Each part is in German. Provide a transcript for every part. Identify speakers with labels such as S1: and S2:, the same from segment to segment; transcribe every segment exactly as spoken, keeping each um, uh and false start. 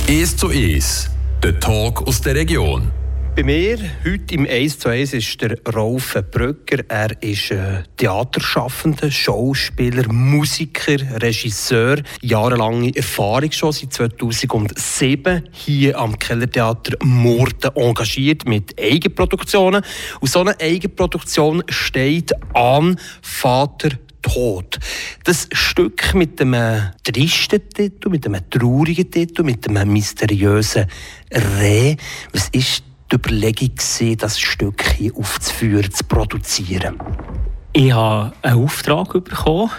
S1: eins zu eins, der Talk aus der Region.
S2: Bei mir heute im eins zu eins ist der Rolf Bröcker. Er ist äh, Theaterschaffender, Schauspieler, Musiker, Regisseur. Jahrelange Erfahrung schon, seit zweitausendsieben hier am Kellertheater Murten engagiert mit Eigenproduktionen. Und so eine Eigenproduktion steht an «Vater Tod». Das Stück mit einem tristen Titel, mit einem traurigen Titel, mit einem mysteriösen Reh. Was ist die Überlegung, das Stück hier aufzuführen, zu produzieren?
S3: Ich habe einen Auftrag bekommen.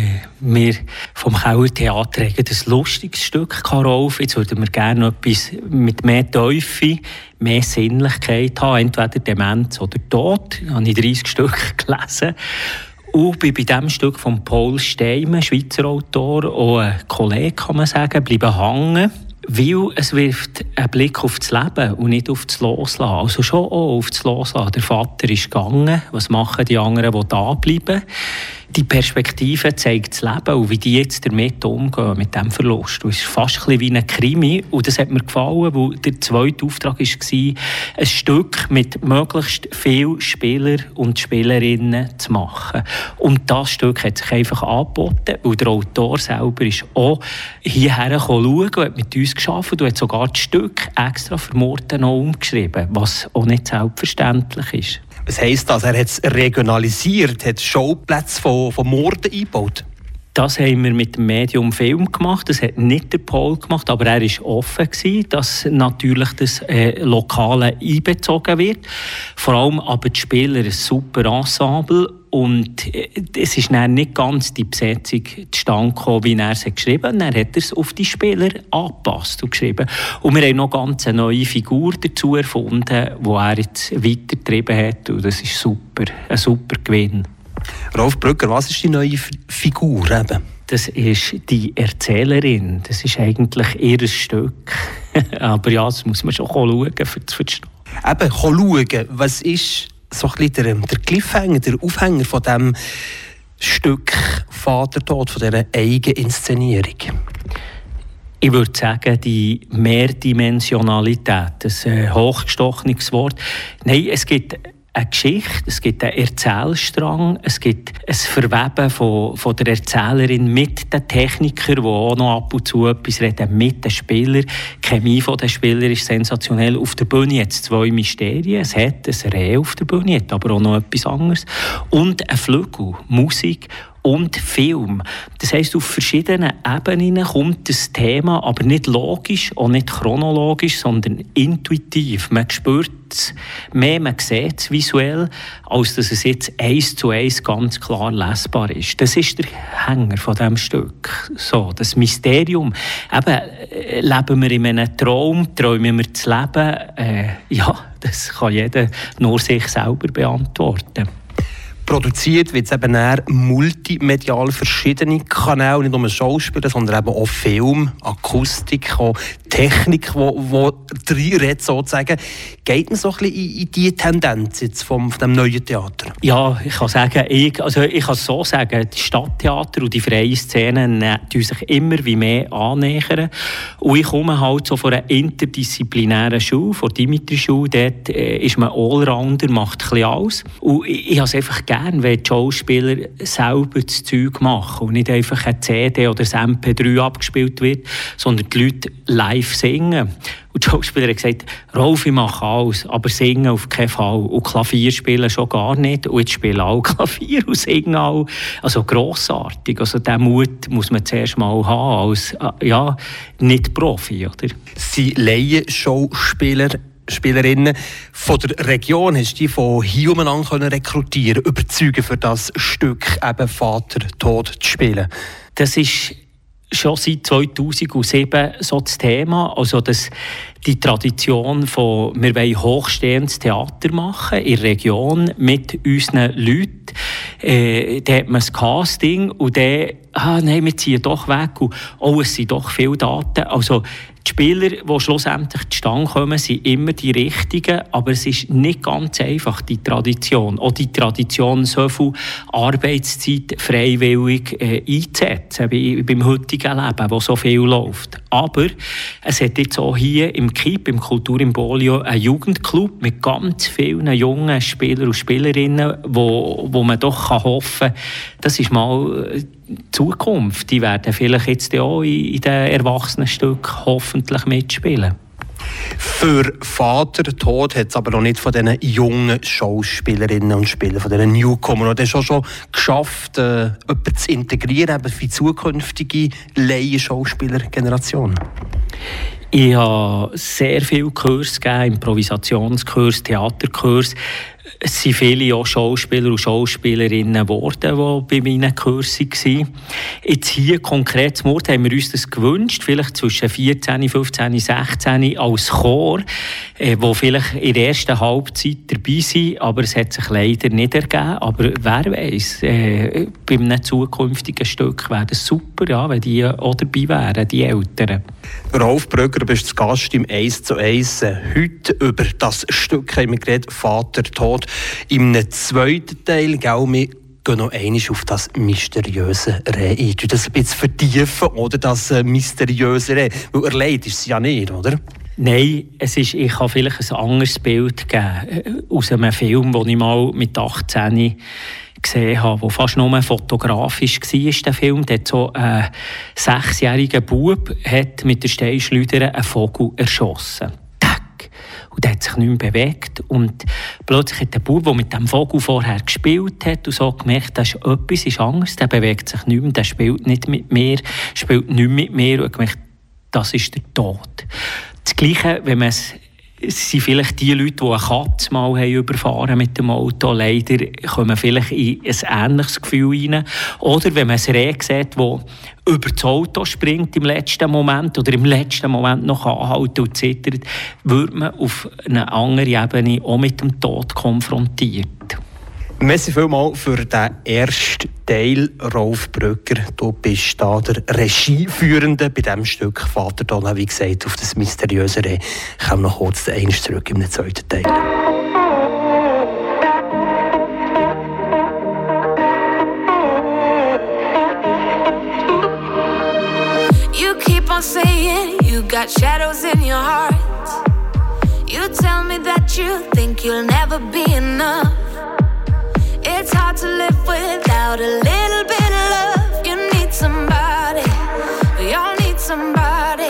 S3: Wir vom Kellertheater haben ein lustiges Stück, Rolf. Jetzt würden wir gerne etwas mit mehr Teufel, mehr Sinnlichkeit haben. Entweder Demenz oder Tod. Da habe ich dreißig Stück gelesen. Und bin bei diesem Stück von Paul Steimann, Schweizer Autor, auch ein Kollege, kann man sagen, bleiben hängen. Weil es wirft einen Blick auf das Leben und nicht auf das Loslassen. Also schon auch auf das Loslassen. Der Vater ist gegangen. Was machen die anderen, die da bleiben? Die Perspektive zeigt das Leben und wie die jetzt damit umgehen, mit diesem Verlust. Und es ist fast ein bisschen wie ein Krimi. Und das hat mir gefallen, weil der zweite Auftrag war, ein Stück mit möglichst vielen Spielern und Spielerinnen zu machen. Und das Stück hat sich einfach angeboten. Und der Autor selber ist auch hierher schauen und hat mit uns gearbeitet und hat sogar das Stück extra für Murten noch umgeschrieben, was auch nicht selbstverständlich ist.
S2: Was heisst das? Er hat es regionalisiert, hat Schauplätze von, von Murten eingebaut?
S3: Das haben wir mit dem Medium Film gemacht. Das hat nicht der Paul gemacht, aber er war offen gewesen, dass natürlich das äh, Lokale einbezogen wird. Vor allem aber die Spieler ein super Ensemble. Und äh, es ist dann nicht ganz die Besetzung zustande gekommen, wie er es geschrieben hat. Dann hat er es auf die Spieler angepasst und geschrieben. Und wir haben noch ganz eine neue Figur dazu erfunden, die er jetzt weitergetrieben hat. Und das ist super, ein super Gewinn.
S2: Rolf Bröcker, was ist die neue Figur eben?
S3: Das ist die Erzählerin. Das ist eigentlich ihr Stück. Aber ja, das muss man schon schauen, um es zu verstehen.
S2: Eben, schauen. Was ist so ein bisschen der, der Cliffhanger, der Aufhänger von diesem Stück Vatertod, von dieser Eigeninszenierung?
S3: Ich würde sagen, die Mehrdimensionalität, das ist ein hochgestochenes Wort. Nein, es gibt eine Geschichte, es gibt einen Erzählstrang, es gibt ein Verweben von, von der Erzählerin mit den Technikern, die auch noch ab und zu etwas reden, mit den Spielern. Die Chemie der Spieler ist sensationell. Auf der Bühne hat es zwei Mysterien. Es hat ein Reh auf der Bühne, hat aber auch noch etwas anderes. Und ein Flügel, Musik und Film. Das heisst, auf verschiedenen Ebenen kommt das Thema, aber nicht logisch, auch nicht chronologisch, sondern intuitiv. Man spürt es mehr, man sieht es visuell, als dass es jetzt eins zu eins ganz klar lesbar ist. Das ist der Hänger von diesem Stück. So, das Mysterium. Eben, leben wir in einem Traum, träumen wir das Leben? Äh, ja, das kann jeder nur sich selber beantworten.
S2: Produziert wird es eben eher multimedial, verschiedene Kanäle, nicht nur Schauspieler, sondern eben auch Film, Akustik, auch Technik, die reinredet sozusagen. Geht man so ein bisschen in, in diese Tendenz jetzt vom, von dem neuen Theater?
S3: Ja, ich kann sagen, ich, also ich kann so sagen, die Stadttheater und die freie Szene tun sich immer wie mehr annähern. Und ich komme halt so von einer interdisziplinären Schule, von der Dimitri-Schule, dort äh, ist man Allrounder, macht ein bisschen alles. Und ich, ich habe es einfach gerne, wenn die Schauspieler selber das Zeug machen und nicht einfach eine C D oder ein M P drei abgespielt wird, sondern die Leute live singen. Und die Schauspieler haben gesagt, Rolf, ich mache alles, aber singen auf keinen Fall. Und Klavier spielen schon gar nicht. Und jetzt spielen alle Klavier und singen alle. Also grossartig. Also diesen Mut muss man zuerst mal haben, als ja, Nicht-Profi, oder?
S2: Sie Laien-Schauspieler, Spielerinnen von der Region, hast du die von hier umeinander rekrutieren, überzeugen für das Stück eben Vater Tod zu spielen?
S3: Das ist schon seit zweitausendsieben so das Thema, also das, die Tradition von wir wollen hochstehendes Theater machen in der Region mit unseren Leuten. Äh, da hat man das Casting und dann, ah nein, wir ziehen doch weg und oh, es sind doch viele Daten. Also die Spieler, die schlussendlich zustande kommen, sind immer die richtigen, aber es ist nicht ganz einfach, die Tradition. Auch die Tradition, so viel Arbeitszeit freiwillig äh, einzusetzen, wie beim heutigen Leben, wo so viel läuft. Aber Es hat jetzt auch hier im K I P, im Kulturimbolio, einen Jugendclub mit ganz vielen jungen Spielern und Spielerinnen, wo, wo man doch kann hoffen kann, das ist mal die Zukunft. Die werden vielleicht jetzt auch in, in den Erwachsenenstücken hoffentlich mitspielen.
S2: Für Vatertod hat es aber noch nicht von diesen jungen Schauspielerinnen und Spielern, von diesen Newcomern, die schon schon geschafft, äh, jemanden zu integrieren, eben für die zukünftige Laien-Schauspieler-Generation.
S3: Ich habe sehr viele Kurse gegeben, Improvisationskurs, Theaterkurs. Es sind viele auch Schauspieler und Schauspielerinnen geworden, die bei meinen Kursen waren. Jetzt hier konkret zum Ort haben wir uns das gewünscht, vielleicht zwischen vierzehn, fünfzehn, sechzehn als Chor, äh, wo vielleicht in der ersten Halbzeit dabei sind, aber es hat sich leider nicht ergeben. Aber wer weiß, äh, bei einem zukünftigen Stück wäre es super, ja, wenn die auch dabei wären, die Eltern.
S2: Rolf Brögger, du bist zu Gast im eins zu eins. Heute über das Stück haben wir geredet, Vatertod. Im zweiten Teil gehen wir gehen noch einmal auf das mysteriöse Reh ein. Du das ein bisschen vertiefen, oder das mysteriöse Reh? Weil erledigt ist es ja nicht, oder?
S3: Nein, es ist, ich kann vielleicht ein anderes Bild geben aus einem Film, den ich mal mit achtzehn gesehen habe, der fast nur fotografisch war, der Film. Der hat so ein sechsjähriger Bub hat mit der Steinschleuder einen Vogel erschossen. Tack! Und der hat sich nicht mehr bewegt. Und plötzlich hat der Bub, der mit dem Vogel vorher gespielt hat, und so gemerkt, dass etwas ist anders, der bewegt sich nicht mehr, der spielt nicht mit mir, spielt nicht mit mir, und gemerkt, das ist der Tod. Das Gleiche, wenn man es Es sind vielleicht die Leute, die eine Katze mal haben überfahren mit dem Auto. Leider kommen vielleicht in ein ähnliches Gefühl rein. Oder wenn man ein Reh sieht, das über das Auto springt im letzten Moment oder im letzten Moment noch anhalten und zittert, wird man auf einer anderen Ebene auch mit dem Tod konfrontiert.
S2: Merci vielmals für den ersten Teil, Rolf Brögger. Du bist da der Regieführende bei diesem Stück Vatertod. Wie gesagt, auf das mysteriöse Reh kommen wir noch kurz einmal zurück im zweiten Teil.
S4: You keep on saying you got shadows in your heart. You tell me that you think you'll never be enough. It's hard to live without a little bit of love. You need somebody, we all need somebody.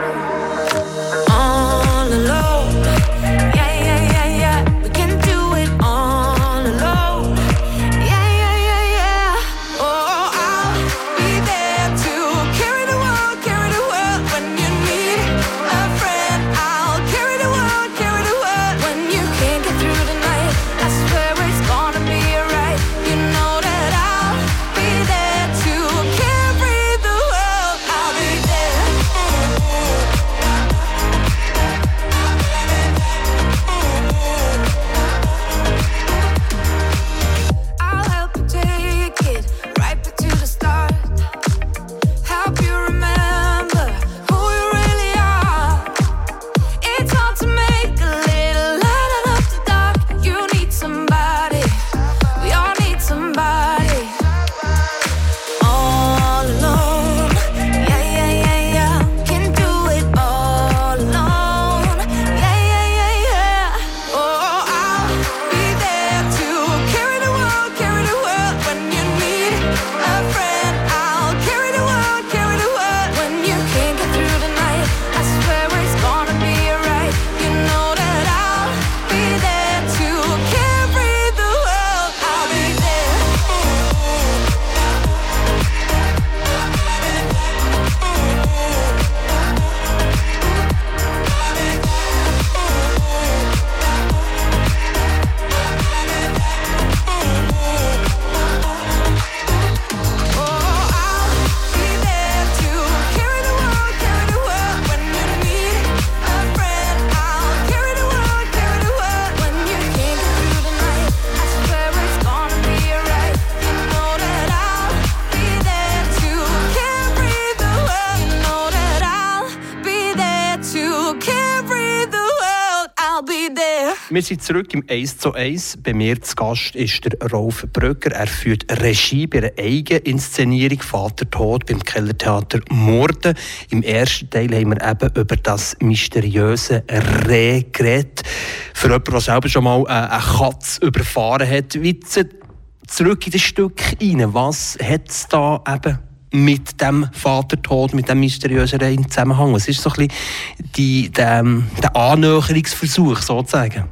S4: All alone, yeah, yeah, yeah, yeah. We can do it all alone, yeah, yeah, yeah, yeah. Oh, I'll be there to carry the world, carry the world when you need a friend. I'll carry the world, carry the world when you can't get through the night. I swear it's gonna be alright. You know that I'll be there to carry the world. I'll be there. I'll help you take it right back to the start. Help you remember who you really are. It's hard to make a little light out of the dark. You need somebody, we all need somebody. All alone, yeah, yeah, yeah, yeah. Can do it all alone, yeah, yeah, yeah, yeah. Oh, I'll be there to carry the world, carry the world when you need a friend. I'll carry the world, carry the world when you can't get through the night. I swear it's gonna be alright. You know that I'll be there to carry the world. I'll be there. Oh, I'll be there to carry the world, carry the world when you need a friend. I'll carry the world, carry the world when you can't get through the night. I swear it's gonna be alright. You know that I'll be there to carry the world. You know that I'll be there to carry the world. I'll be there.
S2: Wir sind zurück im eins zu eins. Bei mir zu Gast ist der Rolf Bröcker. Er führt Regie bei einer Eigeninszenierung «Vatertod» beim Kellertheater Murten. Im ersten Teil haben wir eben über das mysteriöse Reh geredet. Für jemanden, der selber schon mal eine Katze überfahren hat. Wie zurück in das Stück rein. Was hat es da eben mit dem Vatertod, mit dem mysteriösen Reh in Zusammenhang? Was ist so ein bisschen die, der, der Annäherungsversuch sozusagen?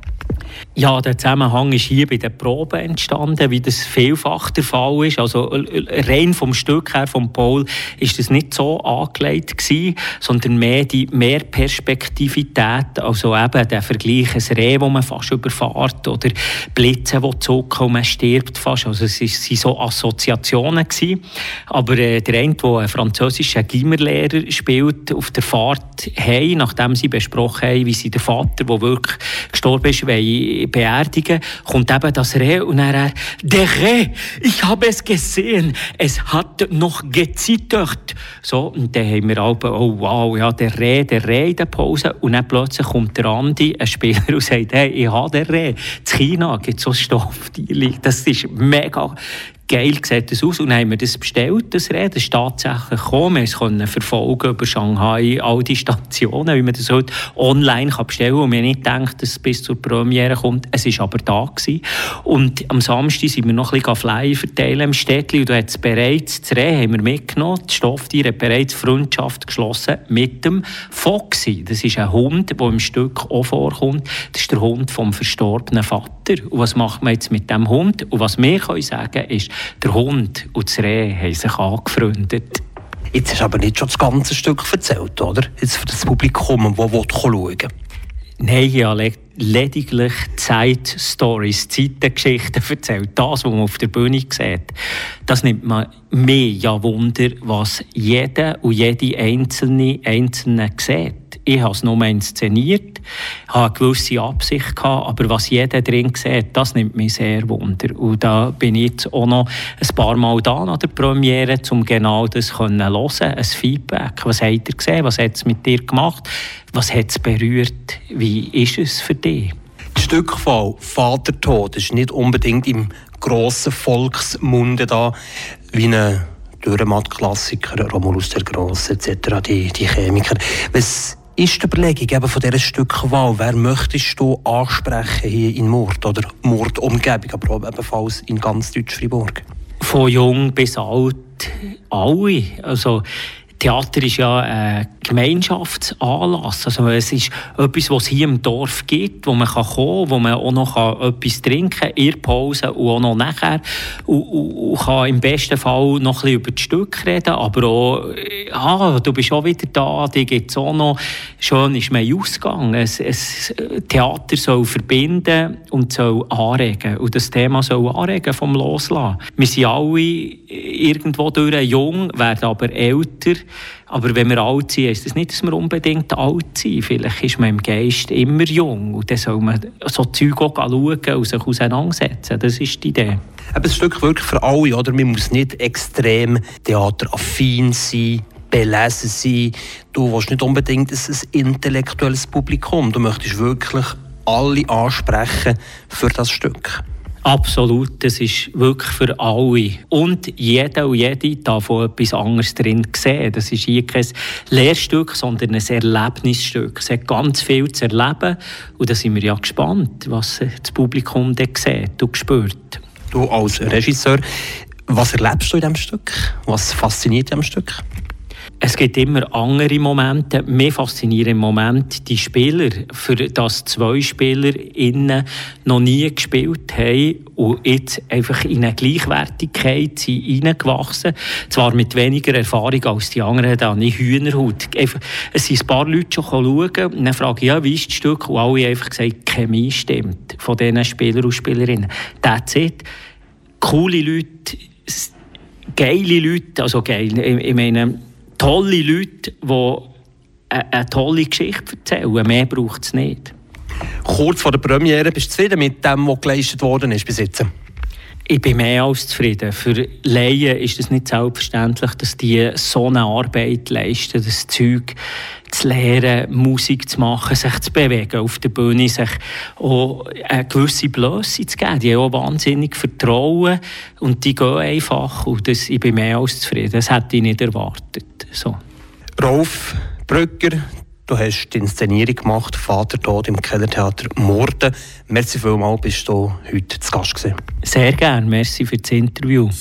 S3: Ja, der Zusammenhang ist hier bei den Proben entstanden, wie das vielfach der Fall ist. Also rein vom Stück her, vom Paul, ist das nicht so angelegt gewesen, sondern mehr die Mehrperspektivität, also eben der Vergleich, ein Reh, das man fast überfährt, oder Blitze, die zucken und man stirbt fast. Also es waren so Assoziationen gewesen. Aber äh, der eine, der einen französischen Gimmerlehrer spielt, auf der Fahrt heim, nachdem sie besprochen haben, wie sie den Vater, der wirklich gestorben ist, beerdigen, kommt eben das Reh und er der Reh, ich habe es gesehen, es hat noch gezittert. So, und dann haben wir alle, oh wow, ja, der Reh, der Reh in der Pause. Und dann plötzlich kommt der Andi, ein Spieler, und sagt, hey, ich habe den Reh. In China gibt es so Stofftiere. Das ist mega geil, sieht das aus. Und dann haben wir das bestellt, das Reh. Das ist tatsächlich gekommen. Wir konnten verfolgen über Shanghai, all die Stationen, wie man das heute online kann bestellen kann. Und wir haben nicht gedacht, dass es bis zur Premiere kommt. Es war aber da gewesen. Und am Samstag sind wir noch ein bisschen Flyer verteilen im Städtchen. Und da hat es bereits, das Reh haben wir mitgenommen. Die Stofftiere hat bereits Freundschaft geschlossen mit dem Foxy. Das ist ein Hund, der im Stück auch vorkommt. Das ist der Hund vom verstorbenen Vater. Und was macht man jetzt mit dem Hund? Und was wir können sagen ist, der Hund und das Reh haben sich angefreundet.
S2: Jetzt hast du aber nicht schon das ganze Stück erzählt, oder? Jetzt für das Publikum, das schauen will.
S3: Nein, ich habe lediglich Zeitstories, Zeitengeschichten erzählt. Das, was man auf der Bühne sieht, das nimmt man mir ja Wunder, was jeder und jede Einzelne, Einzelne sieht. Ich habe es nur inszeniert, habe eine gewisse Absicht gehabt, aber was jeder drin sieht, das nimmt mich sehr Wunder. Und da bin ich jetzt auch noch ein paar Mal da nach der Premiere, um genau das zu hören, ein Feedback. Was habt ihr gesehen? Was hat es mit dir gemacht? Was hat es berührt? Wie ist es für dich?
S2: Das Stückfall «Vatertod» ist nicht unbedingt im grossen Volksmunde da, wie ein Dürrenmatt-Klassiker, Romulus der Grosse et cetera, die, die Chemiker. Was ist die Überlegung eben von dieser Stückwahl? Wer möchtest du ansprechen hier in Murten oder Murten-Umgebung, aber auch ebenfalls in ganz Deutsch-Fribourg?
S3: Von jung bis alt, alle. Also, Theater ist ja ein Gemeinschaftsanlass. Also es ist etwas, was es hier im Dorf gibt, wo man kommen kann, wo man auch noch etwas trinken kann, in der Pause und auch noch nachher. Und, und, und kann im besten Fall noch ein bisschen über das Stück reden, aber auch, ah, du bist auch wieder da, die gibt es auch noch. Schön ist mein Ausgang. Es, es, Theater soll verbinden und soll anregen. Und das Thema soll anregen vom Loslassen. Wir sind alle irgendwo durch jung, werden aber älter. Aber wenn wir alt sind, ist das nicht, dass wir unbedingt alt sind. Vielleicht ist man im Geist immer jung. Und dann soll man so Zeug auch schauen und sich auseinandersetzen. Das ist die Idee.
S2: Aber ein Stück wirklich für alle, oder? Man muss nicht extrem theateraffin sein, belesen sein. Du willst nicht unbedingt ein intellektuelles Publikum. Du möchtest wirklich alle ansprechen für das Stück.
S3: Absolut, das ist wirklich für alle. Und jeder und jede darf auch etwas anderes drin sehen. Das ist hier kein Lehrstück, sondern ein Erlebnisstück. Es hat ganz viel zu erleben. Und da sind wir ja gespannt, was das Publikum dann sieht und spürt.
S2: Du als Regisseur, was erlebst du in diesem Stück? Was fasziniert in diesem Stück?
S3: Es gibt immer andere Momente. Mir faszinieren im Moment die Spieler, für das zwei Spieler innen noch nie gespielt haben und jetzt einfach in eine Gleichwertigkeit sind hineingewachsen. Zwar mit weniger Erfahrung als die anderen, da nicht Hühnerhaut. Es sind ein paar Leute schon schauen und dann frage ich, ja, wie ist das Stück? Und alle haben einfach gesagt, die Chemie stimmt von diesen Spielern und Spielerinnen. That's it. Coole Leute, geile Leute, also geil, ich meine, tolle Leute, die eine tolle Geschichte erzählen. Mehr braucht es nicht.
S2: Kurz vor der Premiere, bist du zufrieden mit dem, was geleistet worden ist bis jetzt?
S3: Ich bin mehr als zufrieden. Für Laien ist es nicht selbstverständlich, dass die so eine Arbeit leisten, das Zeug zu lernen, Musik zu machen, sich zu bewegen auf der Bühne, sich auch eine gewisse Blöße zu geben. Die haben auch wahnsinnig Vertrauen und die gehen einfach und das, ich bin mehr als zufrieden. Das hätte ich nicht erwartet. So.
S2: Rolf Bröcker, du hast die Inszenierung gemacht, Vatertod im Kellertheater Murten. Merci vielmals, bist du heute zu Gast gewesen.
S3: Sehr gerne, merci für das Interview.